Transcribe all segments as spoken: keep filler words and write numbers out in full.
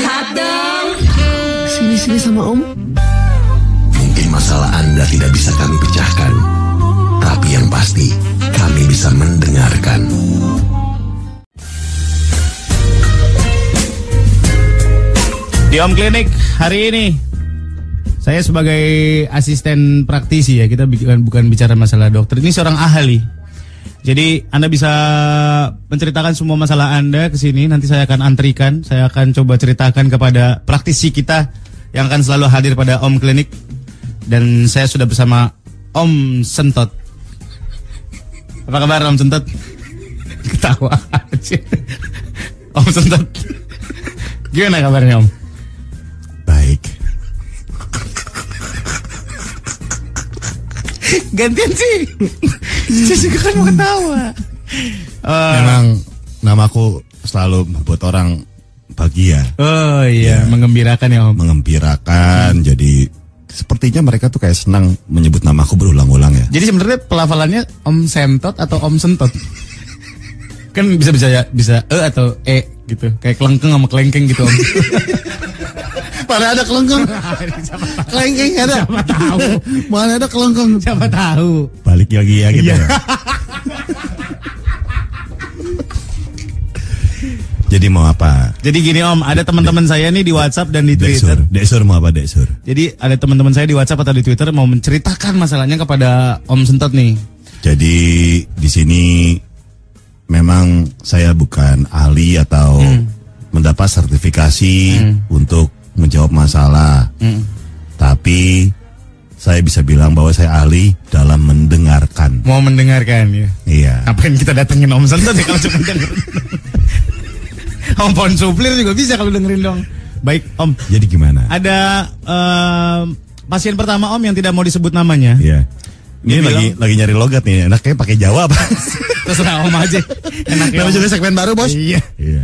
Curhat dong. Sini-sini sama Om. Mungkin masalah Anda tidak bisa kami pecahkan, tapi yang pasti kami bisa mendengarkan. Di Om Klinik hari ini saya sebagai asisten praktisi ya, kita bukan, bukan bicara masalah dokter, ini seorang ahli. Jadi Anda bisa menceritakan semua masalah Anda ke sini, nanti saya akan antrikan, saya akan coba ceritakan kepada praktisi kita yang akan selalu hadir pada Om Klinik. Dan saya sudah bersama Om Sentot. Apa kabar Om Sentot? Ketawa aja. Om Sentot. Gimana kabarnya Om? Baik. Gantian sih. Saya juga kan mau ketawa. Uh, Memang namaku selalu membuat orang bahagia. Oh iya, ya, mengembirakan ya Om. Mengembirakan, hmm. Jadi sepertinya mereka tuh kayak senang menyebut namaku berulang-ulang ya. Jadi sebenarnya pelafalannya Om Sentot atau Om Sentot? Kan bisa bisa ya, bisa E atau E gitu. Kayak kelengkeng sama kelengkeng gitu Om. Mana ada kelengkeng? Kelengkeng ada. Siapa tahu. Mana ada kelengkeng? Siapa tahu. Balik lagi ya gitu ya. Jadi mau apa? Jadi gini Om, ada teman-teman saya nih di WhatsApp dan di Twitter. Deksur, Deksur mau apa Deksur? Jadi ada teman-teman saya di WhatsApp atau di Twitter mau menceritakan masalahnya kepada Om Sentot nih. Jadi di sini memang saya bukan ahli atau hmm. mendapat sertifikasi hmm. untuk menjawab masalah. Hmm. Tapi saya bisa bilang bahwa saya ahli dalam mendengarkan. Mau mendengarkan ya? Iya. Ngapain kita datengin Om Sentot ya kalau cuma dengerin? Om Pon Suplir juga bisa kalau dengerin dong. Baik Om. Jadi gimana? Ada uh, pasien pertama Om yang tidak mau disebut namanya. Iya. Ini lagi bilang, lagi nyari logat nih. Enaknya pakai Jawa apa? Terserah Om aja. Enaknya Om. Juga segmen baru bos. Iya. Iya.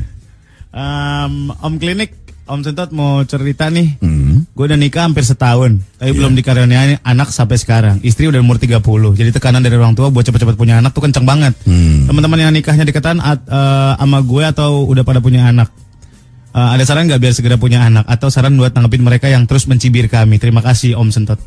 Um, Om Klinik, Om Sentot mau cerita nih. Hmm. Gue udah nikah hampir setahun, tapi yeah. belum dikaruniai anak sampai sekarang. Istri udah umur tiga puluh. Jadi tekanan dari orang tua buat cepet-cepet punya anak tuh kenceng banget. Hmm. Teman-teman yang nikahnya deketan uh, sama gue atau udah pada punya anak, uh, ada saran nggak biar segera punya anak? Atau saran buat nanggepin mereka yang terus mencibir kami? Terima kasih Om Sentot.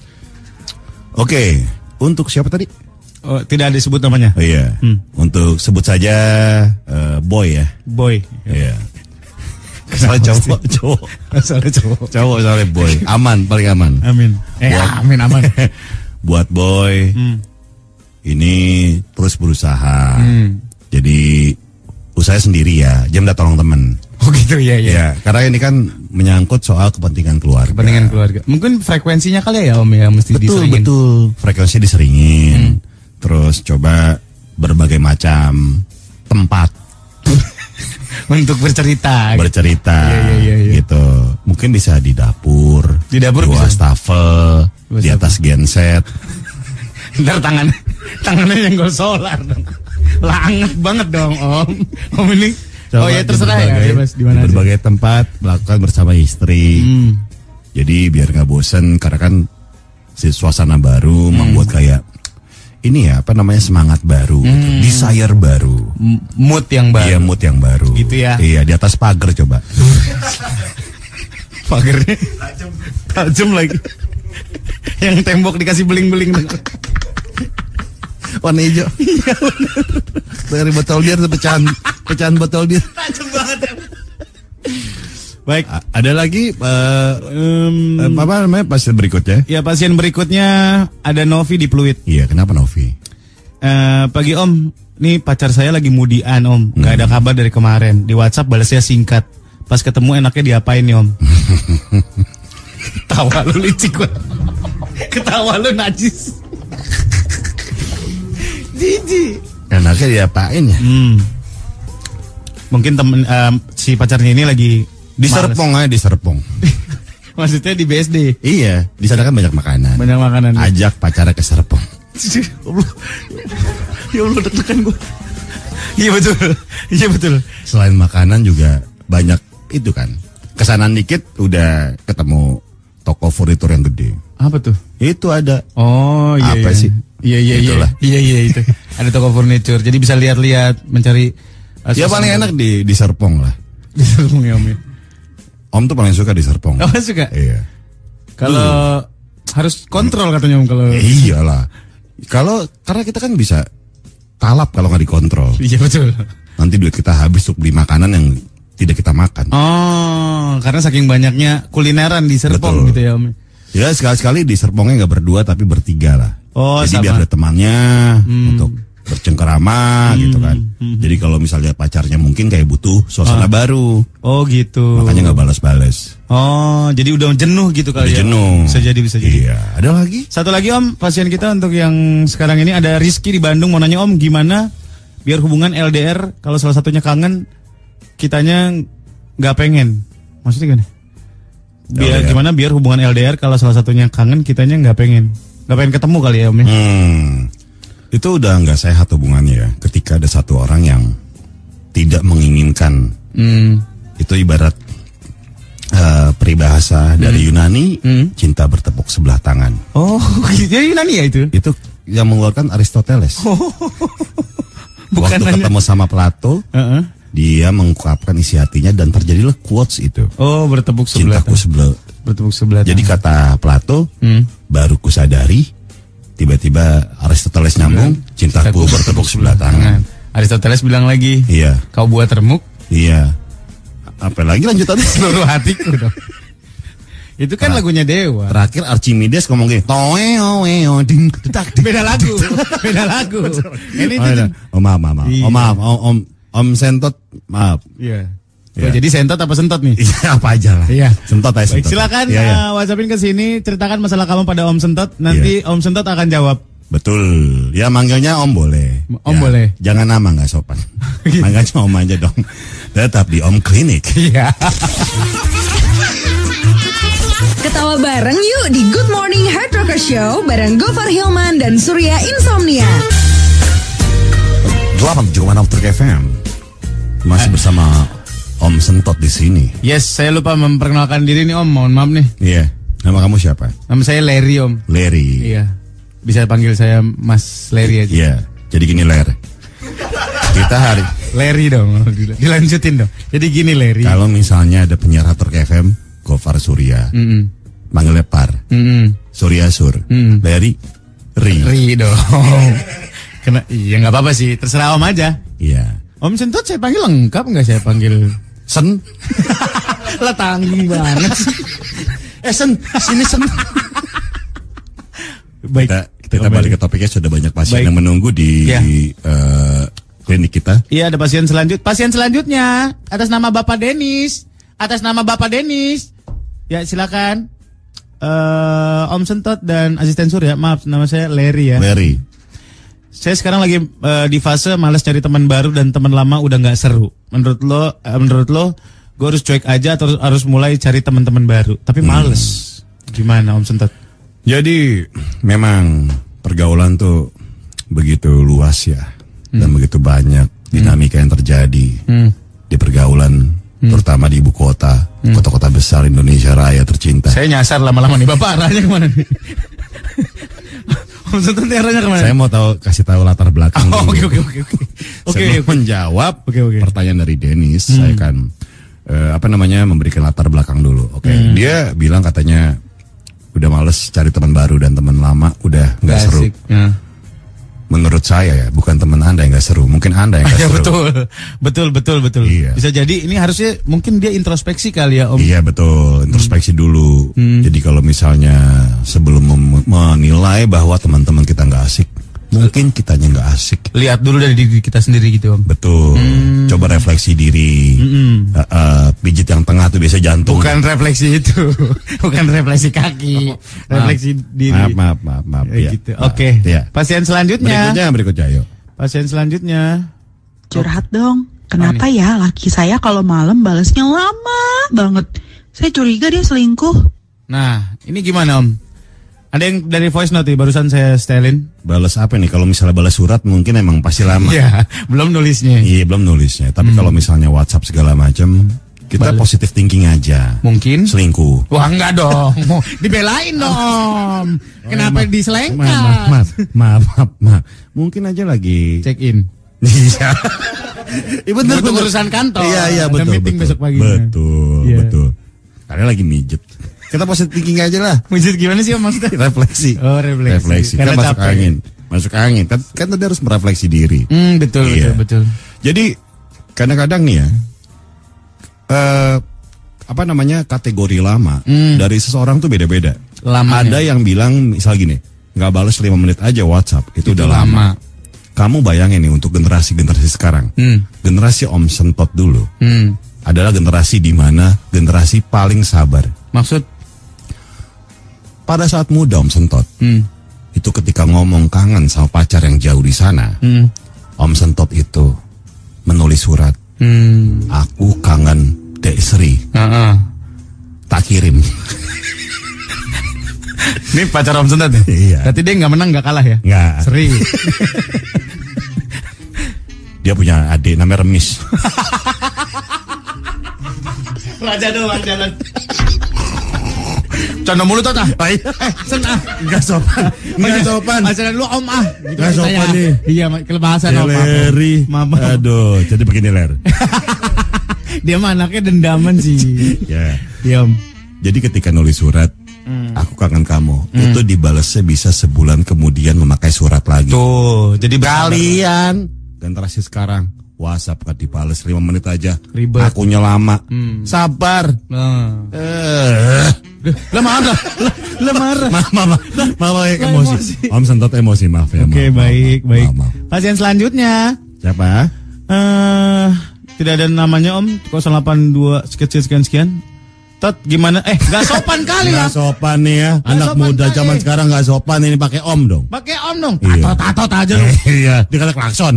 Oke, okay. Untuk siapa tadi? Oh, tidak disebut namanya. Oh iya. Hmm. Untuk sebut saja uh, Boy ya. Boy. Iya. Soalnya cowok, cowok. Soalnya cowok. Cowok soalnya Boy. Aman, paling aman. Amin. Eh, buat, amin aman. Buat Boy, hmm. ini terus berusaha. Hmm. Jadi usaha sendiri ya, jangan minta tolong teman. Oh gitu ya, ya. Ya, karena ini kan menyangkut soal kepentingan keluarga. Kepentingan keluarga. Mungkin frekuensinya kali ya Om ya mesti betul, diseringin. Betul, betul. Frekuensi diseringin. Hmm. Terus coba berbagai macam tempat untuk bercerita. Bercerita gitu. Ya, ya, ya, gitu. Mungkin bisa di dapur, di dapur di wastafel, di atas genset. Ntar tangan tangannya yang gol solar dong. Langet banget dong Om. Om ini. Coba oh ya terserah berbagai, ya bebas, dimana di berbagai aja. Tempat melakukan bersama istri. Hmm. Jadi biar nggak bosen karena kan si suasana baru hmm. membuat kayak ini ya apa namanya semangat baru, hmm. gitu. Desire baru, mood yang baru. Iya mood yang baru. Gitu ya. Iya di atas pagar coba. Pagarnya tajam lagi. Yang tembok dikasih beling-beling. Warna hijau. Iya benar. Dari botol bir pecahan pecahan botol bir. Tajam banget. Baik, A- ada lagi uh, um, apa namanya pasien berikutnya? Ya pasien berikutnya ada Novi di Pluit. Iya, kenapa Novi? Uh, pagi Om, nih pacar saya lagi mudian Om, nggak hmm. ada kabar dari kemarin. Di WhatsApp balasnya singkat. Pas ketemu enaknya diapain nih Om? Ketawa lu licik gua. Ketawa lu najis. Jiji. Enaknya diapain ya? Hmm. Mungkin temen uh, si pacarnya ini lagi di Serpong aja di Serpong. Maksudnya di B S D. Iya, di sana kan banyak makanan. Banyak makanan. Ajak pacarnya ke Serpong. Ya Allah deg-degan gue. Iya betul. Iya betul. Selain makanan juga banyak itu kan. Kesanan dikit udah ketemu toko furnitur yang gede. Apa tuh? Itu ada. Oh iya. Apa iya. sih? Iya iya iya. Iya iya itu. Ada toko furnitur. Jadi bisa lihat-lihat, mencari. Uh, ya paling enak di di Serpong lah. Di Serpong ya Om. Om tuh paling suka di Serpong. Oh, suka? Iya. Kalau hmm. harus kontrol katanya Om kalau. Eh, iyalah. Kalau karena kita kan bisa kalap kalau nggak dikontrol. Iya betul. Nanti duit kita habis untuk beli makanan yang tidak kita makan. Oh, karena saking banyaknya kulineran di Serpong. Betul. Gitu ya Om. Ya sekali-sekali di Serpongnya nggak berdua tapi bertiga lah. Oh, jadi sama. biar ada temannya hmm. untuk bercengkerama hmm. gitu kan. Hmm. Jadi kalau misalnya pacarnya mungkin kayak butuh suasana oh. baru. Oh gitu. Makanya nggak balas-balas. Oh, jadi udah jenuh gitu kali udah ya. Jenuh. Bisa jadi bisa jadi. Iya. Ada lagi? Satu lagi Om, pasien kita untuk yang sekarang ini ada Rizky di Bandung, mau nanya Om gimana biar hubungan L D R kalau salah satunya kangen, kitanya nggak pengen. Maksudnya gimana? Biar L D R. Gimana biar hubungan L D R kalau salah satunya kangen, kitanya nggak pengen. Nggak pengen ketemu kali ya Om ya? Hmm. Itu udah nggak sehat hubungannya ya. Ketika ada satu orang yang tidak menginginkan. Hmm. Itu ibarat uh, peribahasa hmm. dari Yunani, hmm. cinta bertepuk sebelah tangan. Oh, jadi Yunani ya itu? Itu yang mengeluarkan Aristoteles. Oh. Bukan waktu hanya... ketemu sama Plato, uh-uh. dia mengungkapkan isi hatinya dan terjadilah quotes itu. Oh, bertepuk sebelah Cintaku sebelah. Bertepuk sebelah. Jadi kata Plato, hmm. baru kusadari, tiba-tiba Aristoteles nyambung, cintaku bertepuk sebelah tangan. Aristoteles bilang lagi, iya. Kau buat remuk? Iya. Apa lagi lanjutannya? Seluruh hatiku dong. Itu kan Ter- lagunya Dewa. Terakhir Archimedes ngomong gini, toeo eo ding detak. Beda lagu, beda lagu. Ini oh, itu. Oh maaf, maaf, iya. oh maaf, om, om, om Sentot, maaf. Iya. Ya. Oh, jadi sentot apa sentot nih? Iya, apa aja lah. Iya. Sentot aja sentot. Baik, silakan ya, ya. Uh, WhatsAppin ke sini, ceritakan masalah kamu pada Om Sentot. Nanti ya. Om Sentot akan jawab. Betul. Ya manggilnya Om boleh. Om ya, boleh. Jangan nama nggak sopan. Manggilnya Om aja dong. Tetap di Om Klinik. Iya. Ketawa bareng yuk di Good Morning Hard Rocker Show bareng Gofar Hilman dan Surya Insomnia. delapan tujuh koma enam F M. Masih bersama Om Sentot di sini. Yes, saya lupa memperkenalkan diri nih Om. Mohon maaf nih. Iya. Nama kamu siapa? Nama saya Larry Om. Larry. Iya. Bisa panggil saya Mas Larry aja. Iya. Jadi gini Ler. Kita hari Larry dong. Dilanjutin dong. Jadi gini Larry. Kalau misalnya ada penyiar Hard Rock F M, Gofar Surya. Mm-mm. Manggilnya Par. Mm-mm. Surya Sur. Mm-mm. Larry Ri. Ri dong. Kena, iya nggak apa-apa sih. Terserah Om aja. Iya. Om Sentot saya panggil lengkap nggak saya panggil Sen? Lah tanggung banget sih. Eh Sen, sini Sen. Baik. Kita, kita balik ke topiknya, sudah banyak pasien Baik. yang menunggu di ya. uh, klinik kita. Iya, ada pasien selanjut. Pasien selanjutnya atas nama Bapak Denis. Atas nama Bapak Denis. Ya, silakan. Uh, Om Sentot dan asisten Surya. Maaf, nama saya Larry ya. Larry. Saya sekarang lagi uh, di fase malas cari teman baru dan teman lama udah nggak seru. Menurut lo, uh, menurut lo, gue harus cuek aja atau harus mulai cari teman-teman baru. Tapi males. Hmm. Gimana Om Sentot? Jadi memang pergaulan tuh begitu luas ya, hmm. dan begitu banyak dinamika hmm. yang terjadi hmm. di pergaulan, hmm. terutama di ibu kota, hmm. kota-kota besar Indonesia Raya tercinta. Saya nyasar lama-lama nih, Bapak arahnya kemana nih? Om Sentot arahnya kemana? Saya mau tahu kasih tahu latar belakang. Oke oke oke oke. Sebelum menjawab okay, okay. pertanyaan dari Denis, hmm. saya akan uh, apa namanya memberikan latar belakang dulu. Oke, okay. hmm. dia bilang katanya udah males cari teman baru dan teman lama udah nggak seru. Ya. Menurut saya ya, bukan teman Anda yang nggak seru, mungkin Anda yang nggak ya, seru. Betul, betul, betul, betul. Iya. Bisa jadi ini harusnya mungkin dia introspeksi kali ya Om. Iya betul, introspeksi hmm. dulu. Hmm. Jadi kalau misalnya sebelum mem- menilai bahwa teman-teman kita nggak asik, mungkin kitanya nggak asik. Lihat dulu dari diri kita sendiri gitu Om. Betul. Hmm. Coba refleksi diri. Hmm. Uh, uh, pijit yang tengah tuh biasa jantung. Bukan refleksi itu, bukan refleksi kaki, oh, refleksi maaf. diri. Maaf, maaf, maaf, maaf. Ya, gitu. Oke. Okay. Ya. Pasien selanjutnya. Berikutnya, berikutnya yuk. Pasien selanjutnya. Curhat dong. Kenapa ya laki saya kalau malam balasnya lama banget? Saya curiga dia selingkuh. Nah, ini gimana Om? Ada yang dari voice note barusan saya setelin. Balas apa nih? Kalau misalnya balas surat mungkin emang pasti lama. Iya, belum nulisnya. Iya, belum nulisnya. Tapi hmm. kalau misalnya WhatsApp segala macam, kita Bales. positive thinking aja. Mungkin selingkuh. Wah, enggak dong. Dibelain dong. Kenapa maaf, diselengkat? Maaf, maaf, maaf, maaf, maaf. Mungkin aja lagi check in. Iya. Iya benar, urusan kantor. Iya, iya betul. Ada meeting betul, besok pagi. Betul, yeah. betul. Karena lagi mijet. Kita positive thinking aja lah. Mijet gimana sih om maksudnya? Refleksi. Oh refleksi. Refleksi. Karena Kan masuk capek. angin. Masuk angin. Kan, kan tadi harus merefleksi diri. Hmm, betul, Iya. betul, betul. Jadi kadang-kadang nih ya, eh, apa namanya kategori lama Hmm. dari seseorang tuh beda-beda. Lamanya. Ada yang bilang misal gini, nggak balas lima menit aja WhatsApp itu, Itu udah lama. lama. Kamu bayangin nih untuk generasi-generasi sekarang, Hmm. generasi Om Sentot dulu Hmm. adalah generasi di mana generasi paling sabar. Maksud? Pada saat muda Om Sentot, Hmm. itu ketika ngomong kangen sama pacar yang jauh di sana, Hmm. Om Sentot itu menulis surat, Hmm. aku kangen Dek Sri, Uh-uh. tak kirim. Ini pacar Om Sentot ya? Iya. Berarti dia nggak menang nggak kalah ya? Nggak. Seri. Dia punya adik namanya Remis. Raja doang jalan. Canda mulut ah. Eh, sen ah. Nggak sopan. Nggak sopan. Ajaran lu om ah. Gitu Nggak sopan saya. nih. Iya, kelepasan om. Teleri. Maaf. Maaf. Aduh, jadi begini ler. Dia mah anaknya dendaman sih. Ya. Iya om. Jadi ketika nulis surat, aku kangen kamu, itu dibalasnya bisa sebulan kemudian memakai surat lagi. Tuh, jadi Kalian generasi sekarang WhatsApp kan dibales lima menit aja. Ribet. Akunya lama. Hmm. Sabar. Nah. Eh. Lah marah. Lah, lah marah. Mama, mama, mama Lah, emosi. emosi. Om Sentot emosi, maaf ya. Oke, maaf, baik, maaf, baik. maaf, maaf. Pasien selanjutnya. Siapa? Eh, tidak ada namanya om. nol delapan dua sekian sekian sekian. Tot gimana? Eh, gak sopan kali ya. Nggak sopan nih ya. Nggak Anak sopan muda kali. zaman sekarang nggak sopan ini pakai om dong. Pakai om dong. Iya. Tatot tatot aja lu. Iya, dia kata klakson.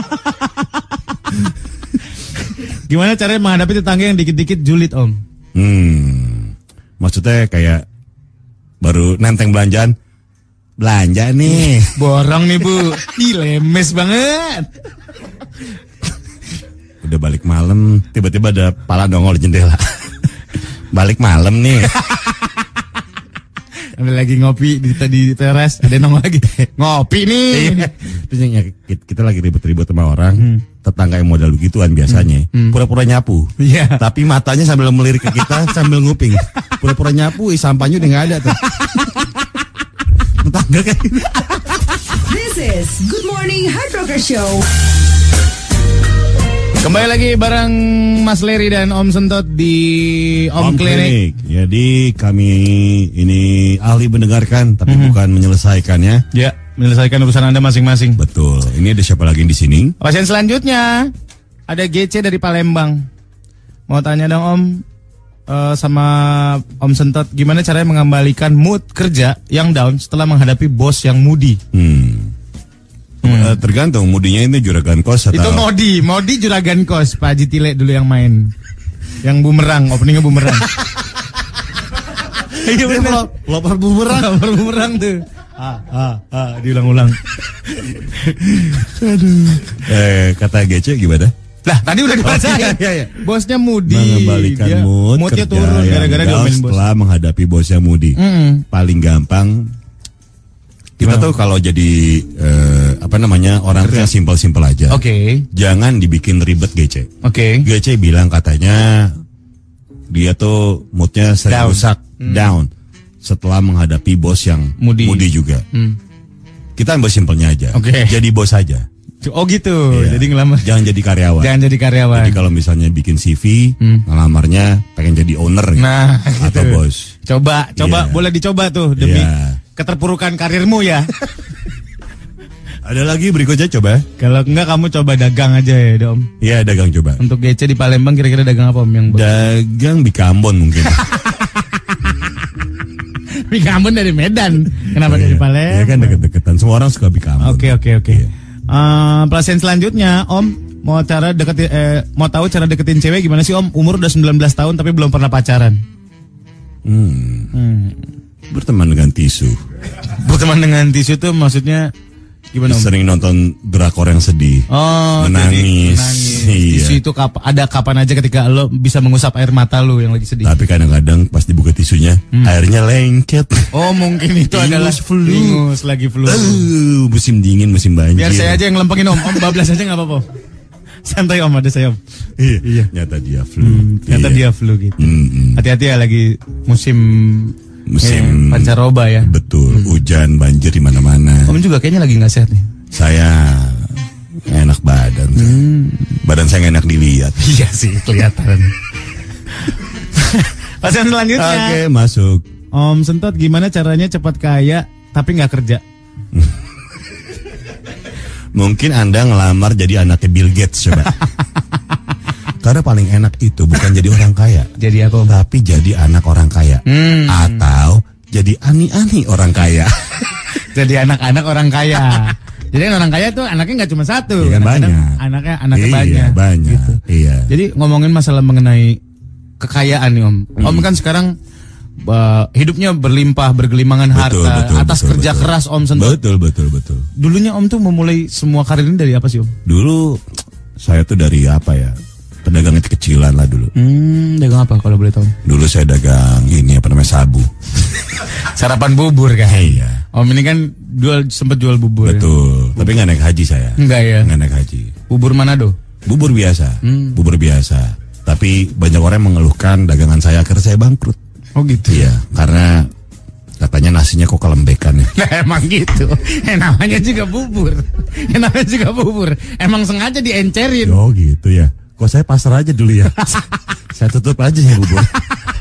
Gimana caranya menghadapi tetangga yang dikit-dikit julid om? Hmm. Maksudnya kayak baru nenteng belanjaan. Belanja nih. Borong nih bu. Ih lemes banget. Udah balik malam, tiba-tiba ada pala nongol di jendela. Balik malam nih. Ada lagi ngopi di, di teras. Ada yang nongol lagi. Ngopi nih. Terus yang ya, kita lagi ribet-ribet sama orang, tetangga yang modal begituan biasanya, pura-pura nyapu. Iya. Tapi matanya sambil melirik ke kita sambil nguping. Pura-pura nyapu, ih, sampahnya udah nggak ada tuh. Tetangga kayak gitu. This is Good Morning Hard Rocker Show. Kembali lagi bareng Mas Leri dan Om Sentot di Om, Klinik. Jadi kami ini ahli mendengarkan tapi bukan menyelesaikannya. Ya, menyelesaikan urusan Anda masing-masing. Betul. Ini ada siapa lagi di sini? Pasien selanjutnya ada G C dari Palembang. Mau tanya dong Om, eh, sama Om Sentot, gimana caranya mengembalikan mood kerja yang down setelah menghadapi bos yang moody? Hmm. Eh, tergantung mudinya itu juragan kos atau Itu Modi, Modi juragan kos, Pak Haji Tile dulu yang main. Yang bumerang, openingnya bumerang. Iya benar. lopar bumerang. Lopar bumerang tuh. Ah, ah, ah, diulang-ulang. Eh, kata G C gimana? Lah, tadi udah dibacain. iya, iya, iya. Bosnya moody. Mengembalikan Dia mood moodnya kerja turun yang gara-gara down diomelin bos. setelah menghadapi bos yang moody. Mm. Paling gampang kita Gimana? tuh kalau jadi eh, apa namanya orang tuh yang simpel-simpel aja. Oke, Jangan dibikin ribet G C. oke. G C bilang katanya dia tuh moodnya sering Down. rusak, down setelah menghadapi bos yang Moody. moody juga. Hmm. Kita ambil simpelnya aja. Oke. Jadi bos aja. Oh gitu. Iya. Jadi ngelamar. Jangan jadi karyawan. Jangan jadi karyawan. Jadi kalau misalnya bikin C V, Hmm. ngelamarnya pengen jadi owner gitu. Nah, atau gitu. bos. Coba, coba Iya. boleh dicoba tuh demi Iya. keterpurukan karirmu ya. Ada lagi berikutnya coba. Kalau enggak kamu coba dagang aja ya, Dom. Iya, dagang coba. Untuk G C di Palembang kira-kira dagang apa Om yang bagus? Dagang Bikambon mungkin. Bikambon dari Medan. Kenapa dari Iya. Palembang? Iya kan deket-deketan. Semua orang suka Bikambon. Oke, oke, oke. Iya. Eh, pasien selanjutnya, Om, mau cara deketin eh, mau tahu cara deketin cewek gimana sih, Om? Umur udah sembilan belas tahun tapi belum pernah pacaran. Hmm. Hmm. Berteman dengan tisu. Berteman dengan tisu tuh maksudnya gimana, Om? Sering nonton drakor yang sedih. Oh, Menangis. jadi menangis. Iya. Tisu itu kap- ada kapan aja ketika lo bisa mengusap air mata lo yang lagi sedih. Tapi kadang-kadang pas dibuka tisunya, airnya lengket. Oh, mungkin itu Ingus adalah flu. Ingus lagi flu. Uh, musim dingin, musim banjir. Biar saya aja yang lempengin, Om. Om bablas aja nggak apa-apa. Santai Om, ada saya Om. Iya, iya. Nyata dia flu. Ternyata Iya. dia flu gitu. Mm-mm. Hati-hati ya lagi musim Musim eh, pancaroba ya. Betul, hujan, banjir di mana-mana. Om juga kayaknya lagi nggak sehat nih. Saya enak badan. Hmm. Badan saya nggak enak dilihat. Iya sih, kelihatan. Pasien selanjutnya. Oke, masuk. Om Sentot, gimana caranya cepat kaya tapi nggak kerja? Mungkin Anda ngelamar jadi anaknya Bill Gates coba. Karena paling enak itu bukan jadi orang kaya. Jadi apa? Tapi jadi anak orang kaya. Hmm. Atau jadi ani-ani orang kaya. Jadi anak-anak orang kaya. Jadi orang kaya tuh anaknya nggak cuma satu. Iya, kan banyak. Anaknya anaknya iya, banyak. banyak. Gitu. Iya. Jadi ngomongin masalah mengenai kekayaan nih Om. Hmm. Om kan sekarang uh, hidupnya berlimpah, bergelimangan Betul, harta betul, atas betul, kerja betul. keras Om Sentot. Betul, betul, betul. Dulunya Om tuh memulai semua karir ini dari apa sih Om? Dulu saya tuh dari apa ya? Pedagang itu kecilan lah dulu. Hmm, dagang apa kalau boleh tahu? Dulu saya dagang ini apa namanya sabu. Sarapan bubur kan? Iya. Om ini kan jual sempat jual bubur. Betul. Ya? Tapi nggak naik haji saya. Enggak ya? Nggak naik haji. Bubur Manado? Bubur biasa. Hmm. Bubur biasa. Tapi banyak orang yang mengeluhkan dagangan saya akhirnya saya bangkrut. Oh gitu. Iya, karena katanya nasinya kok kelembekan ya. Nah, emang gitu. Yang namanya juga bubur. Yang namanya juga bubur. Emang sengaja diencerin. Oh gitu ya. Kok saya pasar aja dulu ya. Saya tutup aja ya bubur.